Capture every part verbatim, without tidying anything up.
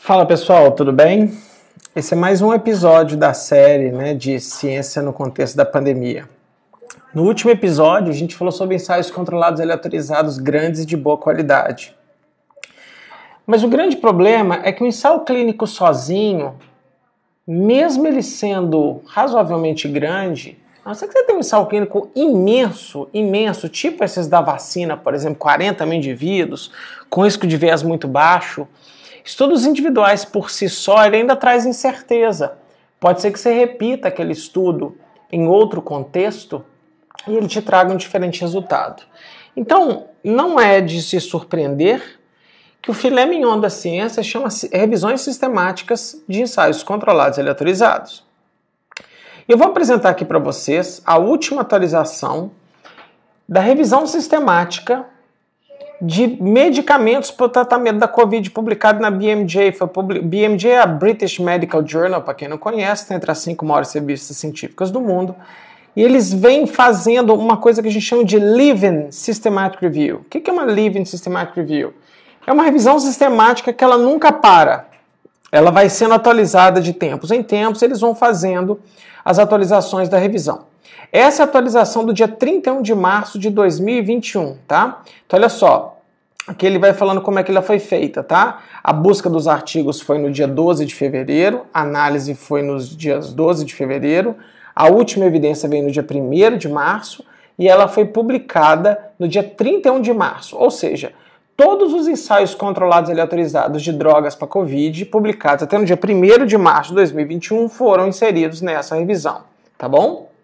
Fala pessoal, tudo bem? Esse é mais um episódio da série, né, de ciência no contexto da pandemia. No último episódio a gente falou sobre ensaios controlados aleatorizados grandes e de boa qualidade. Mas o grande problema é que o ensaio clínico sozinho, mesmo ele sendo razoavelmente grande, a não ser que você tenha um ensaio clínico imenso, imenso, tipo esses da vacina, por exemplo, quarenta mil indivíduos, com risco de viés muito baixo, estudos individuais por si só, ele ainda traz incerteza. Pode ser que você repita aquele estudo em outro contexto e ele te traga um diferente resultado. Então, não é de se surpreender que o filé mignon da ciência chama-se revisões sistemáticas de ensaios controlados e aleatorizados. Eu vou apresentar aqui para vocês a última atualização da revisão sistemática de medicamentos para o tratamento da Covid, publicado na B M J. Foi public... B M J é a British Medical Journal, para quem não conhece, tem entre as cinco maiores revistas científicas do mundo. E eles vêm fazendo uma coisa que a gente chama de Living Systematic Review. O que é uma Living Systematic Review? É uma revisão sistemática que ela nunca para. Ela vai sendo atualizada de tempos em tempos, eles vão fazendo as atualizações da revisão. Essa é a atualização do dia trinta e um de março de dois mil e vinte e um, tá? Então, olha só, aqui ele vai falando como é que ela foi feita, tá? A busca dos artigos foi no dia doze de fevereiro, a análise foi nos dias doze de fevereiro, a última evidência veio no dia primeiro de março e ela foi publicada no dia trinta e um de março, ou seja, todos os ensaios controlados e aleatorizados de drogas para Covid, publicados até no dia primeiro de março de dois mil e vinte e um, foram inseridos nessa revisão, tá bom?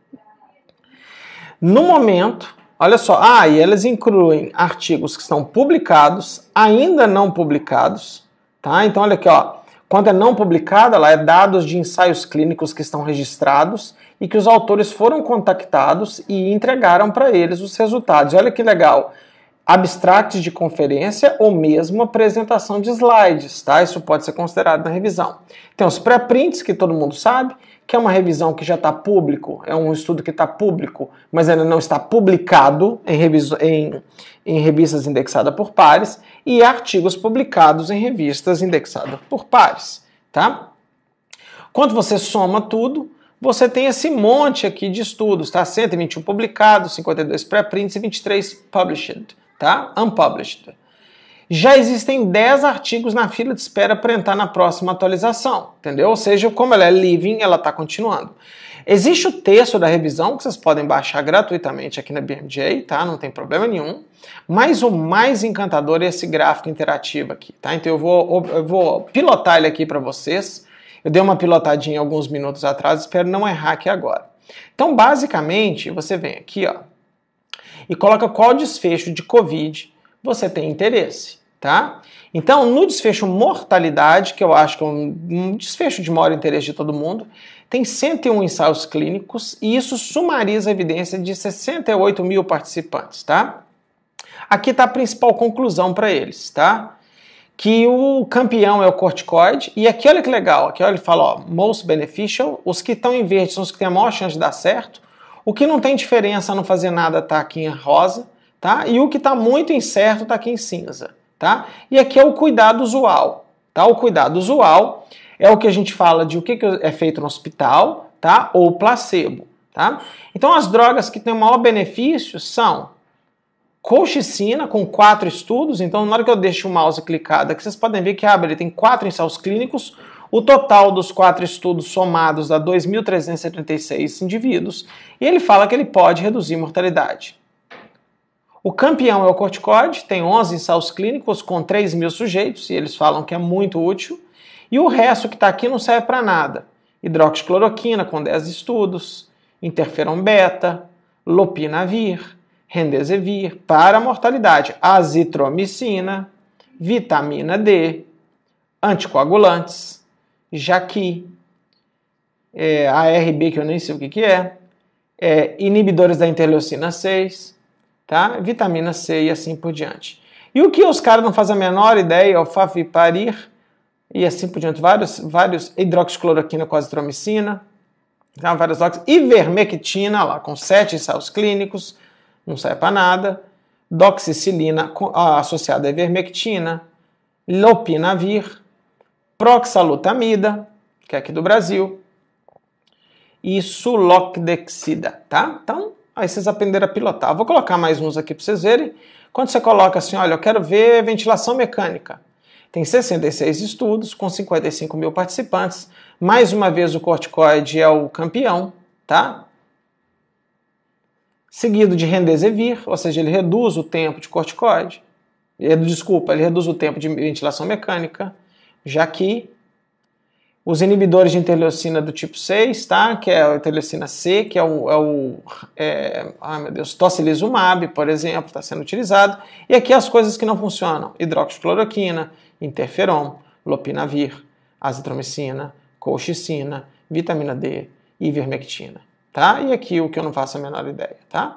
No momento, olha só, ah, e elas incluem artigos que estão publicados, ainda não publicados, tá? Então, olha aqui, ó, quando é não publicada, ela é dados de ensaios clínicos que estão registrados e que os autores foram contactados e entregaram para eles os resultados. Olha que legal, abstracts de conferência ou mesmo apresentação de slides, tá? Isso pode ser considerado na revisão. Tem os pré-prints, que todo mundo sabe, que é uma revisão que já está público, é um estudo que está público, mas ainda não está publicado em, em, em revistas indexadas por pares, e artigos publicados em revistas indexadas por pares, tá? Quando você soma tudo, você tem esse monte aqui de estudos, tá? cento e vinte e um publicados, cinquenta e dois pré-prints e vinte e três published, tá? Unpublished. Já existem dez artigos na fila de espera para entrar na próxima atualização, entendeu? Ou seja, como ela é living, ela está continuando. Existe o texto da revisão que vocês podem baixar gratuitamente aqui na B M J, tá? Não tem problema nenhum. Mas o mais encantador é esse gráfico interativo aqui, tá? Então eu vou, eu vou pilotar ele aqui para vocês. Eu dei uma pilotadinha alguns minutos atrás, espero não errar aqui agora. Então, basicamente, você vem aqui, ó, e coloca qual desfecho de Covid você tem interesse, tá? Então, no desfecho mortalidade, que eu acho que é um, um desfecho de maior interesse de todo mundo, tem cento e um ensaios clínicos e isso sumariza a evidência de sessenta e oito mil participantes, tá? Aqui está a principal conclusão para eles, tá? Que o campeão é o corticoide, e aqui olha que legal, aqui olha, ele fala, ó, most beneficial, os que estão em verde são os que têm a maior chance de dar certo, o que não tem diferença a não fazer nada está aqui em rosa, tá? E o que está muito incerto está aqui em cinza, tá? E aqui é o cuidado usual, tá? O cuidado usual é o que a gente fala de o que é feito no hospital, tá? Ou placebo, tá? Então as drogas que têm o maior benefício são colchicina, com quatro estudos. Então na hora que eu deixo o mouse clicado aqui, vocês podem ver que abre, ele tem quatro ensaios clínicos, o total dos quatro estudos somados dá dois mil trezentos e setenta e seis indivíduos, e ele fala que ele pode reduzir mortalidade. O campeão é o corticoide, tem onze ensaios clínicos com três mil sujeitos, e eles falam que é muito útil. E o resto que está aqui não serve para nada. Hidroxicloroquina com dez estudos, interferon beta, lopinavir, remdesivir para a mortalidade, azitromicina, vitamina D, anticoagulantes, jaqui, é, A R B, que eu nem sei o que, que é, é, inibidores da interleucina seis, tá? Vitamina C e assim por diante. E o que os caras não fazem a menor ideia é o favipiravir e assim por diante, vários, vários hidroxicloroquina com azitromicina, tá? Várias drogas, ivermectina lá com sete ensaios clínicos, não serve para nada, doxicilina associada à ivermectina, lopinavir, proxalutamida, que é aqui do Brasil, e sulocdexida, tá? Então, aí vocês aprenderam a pilotar. Vou colocar mais uns aqui para vocês verem. Quando você coloca assim, olha, eu quero ver ventilação mecânica. Tem sessenta e seis estudos com cinquenta e cinco mil participantes. Mais uma vez o corticoide é o campeão, tá? Seguido de remdesivir, ou seja, ele reduz o tempo de corticoide. Desculpa, ele reduz o tempo de ventilação mecânica, já que os inibidores de interleucina do tipo seis, tá? Que é a interleucina C, que é o, é o é, ai meu Deus, tocilizumab, por exemplo, está sendo utilizado. E aqui as coisas que não funcionam: hidroxicloroquina, interferon, lopinavir, azitromicina, colchicina, vitamina D, ivermectina, tá? E aqui o que eu não faço a menor ideia, tá?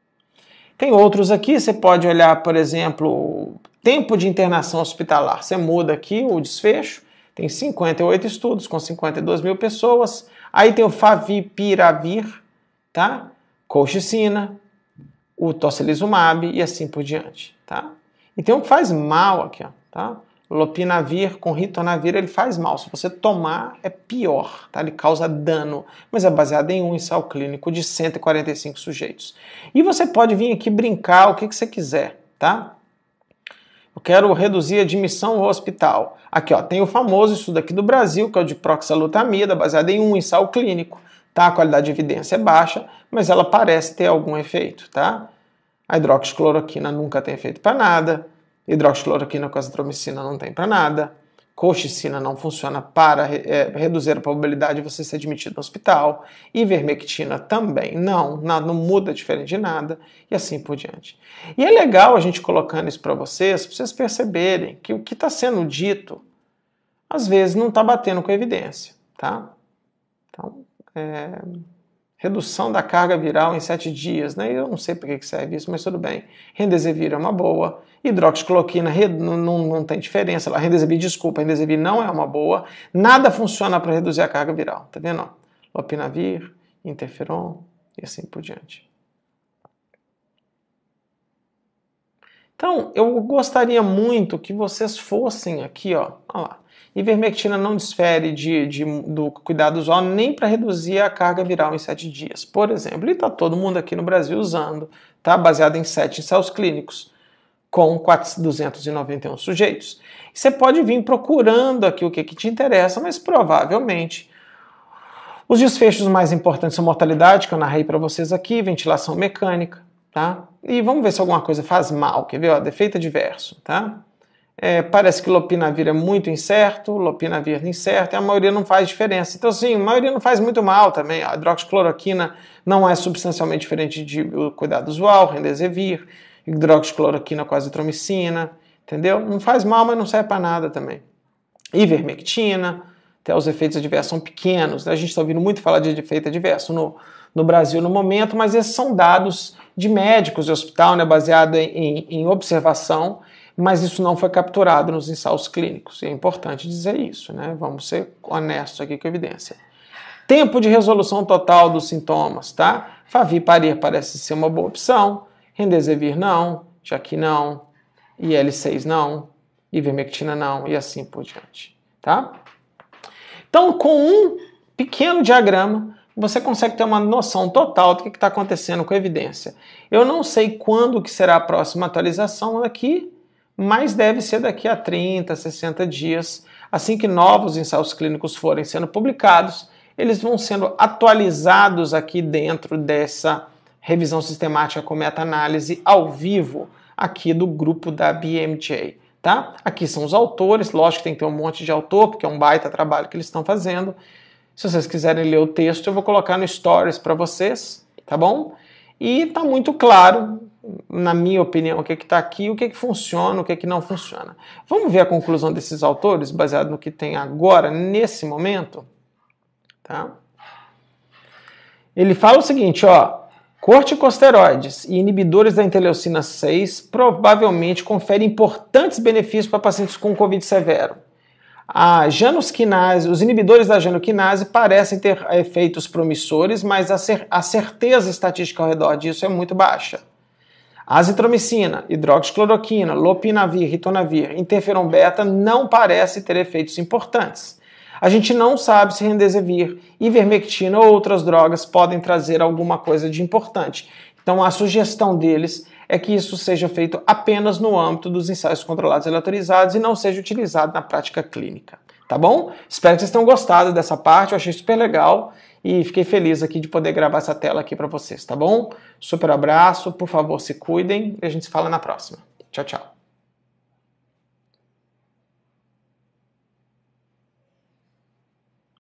Tem outros aqui, você pode olhar, por exemplo, tempo de internação hospitalar. Você muda aqui o desfecho. Tem cinquenta e oito estudos com cinquenta e duas mil pessoas. Aí tem o favipiravir, tá? Colchicina, o tocilizumab e assim por diante, tá? E tem um que faz mal aqui, ó, tá? Lopinavir com ritonavir, ele faz mal. Se você tomar, é pior, tá? Ele causa dano, mas é baseado em um ensaio clínico de cento e quarenta e cinco sujeitos. E você pode vir aqui brincar o que, que você quiser, tá? Eu quero reduzir a admissão ao hospital. Aqui, ó, tem o famoso estudo aqui do Brasil, que é o de proxalutamida, baseado em um ensaio clínico, tá? A qualidade de evidência é baixa, mas ela parece ter algum efeito, tá? A hidroxicloroquina nunca tem efeito para nada. Hidroxicloroquina com azitromicina não tem para nada. Colchicina não funciona para é, reduzir a probabilidade de você ser admitido no hospital. Ivermectina também não, não, não muda diferente de nada, e assim por diante. E é legal a gente colocando isso para vocês, para vocês perceberem que o que está sendo dito, às vezes, não está batendo com a evidência, tá? Então, é... redução da carga viral em sete dias, né? Eu não sei para que serve isso, mas tudo bem. Remdesivir é uma boa. Hidroxicloroquina não, não, não tem diferença. Remdesivir, desculpa, remdesivir não é uma boa. Nada funciona para reduzir a carga viral, tá vendo? Lopinavir, interferon e assim por diante. Então, eu gostaria muito que vocês fossem aqui, ó, olha lá. Ivermectina não desfere de, de, do cuidado usual nem para reduzir a carga viral em sete dias. Por exemplo, e está todo mundo aqui no Brasil usando, tá? Baseado em sete ensaios clínicos, com duzentos e noventa e um sujeitos. Você pode vir procurando aqui o que, que te interessa, mas provavelmente os desfechos mais importantes são mortalidade, que eu narrei para vocês aqui, ventilação mecânica, tá? E vamos ver se alguma coisa faz mal, quer ver? Ó, defeito adverso, tá? É, parece que lopinavir é muito incerto, lopinavir incerto, e a maioria não faz diferença. Então, sim, a maioria não faz muito mal também. A hidroxicloroquina não é substancialmente diferente de cuidado usual, remdesivir, hidroxicloroquina com azitromicina, entendeu? Não faz mal, mas não serve para nada também. Ivermectina, até os efeitos adversos são pequenos, né? A gente está ouvindo muito falar de efeito adverso no, no Brasil no momento, mas esses são dados de médicos de hospital, né, baseado em, em observação, mas isso não foi capturado nos ensaios clínicos. E é importante dizer isso, né? Vamos ser honestos aqui com a evidência. Tempo de resolução total dos sintomas, tá? Favipiravir parece ser uma boa opção, remdesivir não, já que não, I L seis não, ivermectina não, e assim por diante, tá? Então, com um pequeno diagrama, você consegue ter uma noção total do que está acontecendo com a evidência. Eu não sei quando que será a próxima atualização aqui, mas deve ser daqui a trinta, sessenta dias. Assim que novos ensaios clínicos forem sendo publicados, eles vão sendo atualizados aqui dentro dessa revisão sistemática com meta-análise ao vivo aqui do grupo da B M J, tá? Aqui são os autores, lógico que tem que ter um monte de autor, porque é um baita trabalho que eles estão fazendo. Se vocês quiserem ler o texto, eu vou colocar no Stories para vocês, tá bom? E tá muito claro, na minha opinião, o que está aqui, o que, que funciona, o que, que não funciona. Vamos ver a conclusão desses autores, baseado no que tem agora, nesse momento? Tá? Ele fala o seguinte, ó, corticosteroides e inibidores da interleucina seis provavelmente conferem importantes benefícios para pacientes com Covid severo. A janusquinase, os inibidores da janusquinase parecem ter efeitos promissores, mas a, cer a certeza estatística ao redor disso é muito baixa. Azitromicina, hidroxicloroquina, lopinavir, ritonavir, interferon beta não parece ter efeitos importantes. A gente não sabe se remdesivir, ivermectina ou outras drogas podem trazer alguma coisa de importante. Então a sugestão deles é que isso seja feito apenas no âmbito dos ensaios controlados aleatorizados e não seja utilizado na prática clínica. Tá bom? Espero que vocês tenham gostado dessa parte, eu achei super legal e fiquei feliz aqui de poder gravar essa tela aqui para vocês, tá bom? Super abraço, por favor se cuidem e a gente se fala na próxima. Tchau, tchau.